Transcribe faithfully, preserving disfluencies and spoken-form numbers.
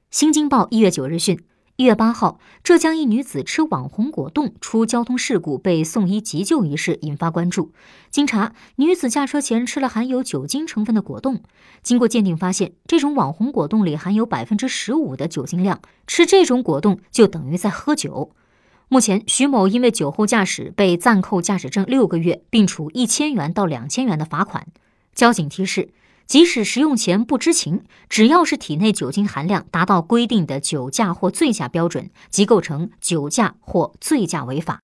新京报一月九日讯，一月八号，浙江一女子吃网红果冻出交通事故被送医急救一事引发关注。经查，女子驾车前吃了含有酒精成分的果冻，经过鉴定发现，这种网红果冻里含有百分之十五的酒精量，吃这种果冻就等于在喝酒。目前，徐某因为酒后驾驶被暂扣驾驶证六个月，并处一千元到两千元的罚款。交警提示，即使食用前不知情，只要是体内酒精含量达到规定的酒驾或醉驾标准，即构成酒驾或醉驾违法。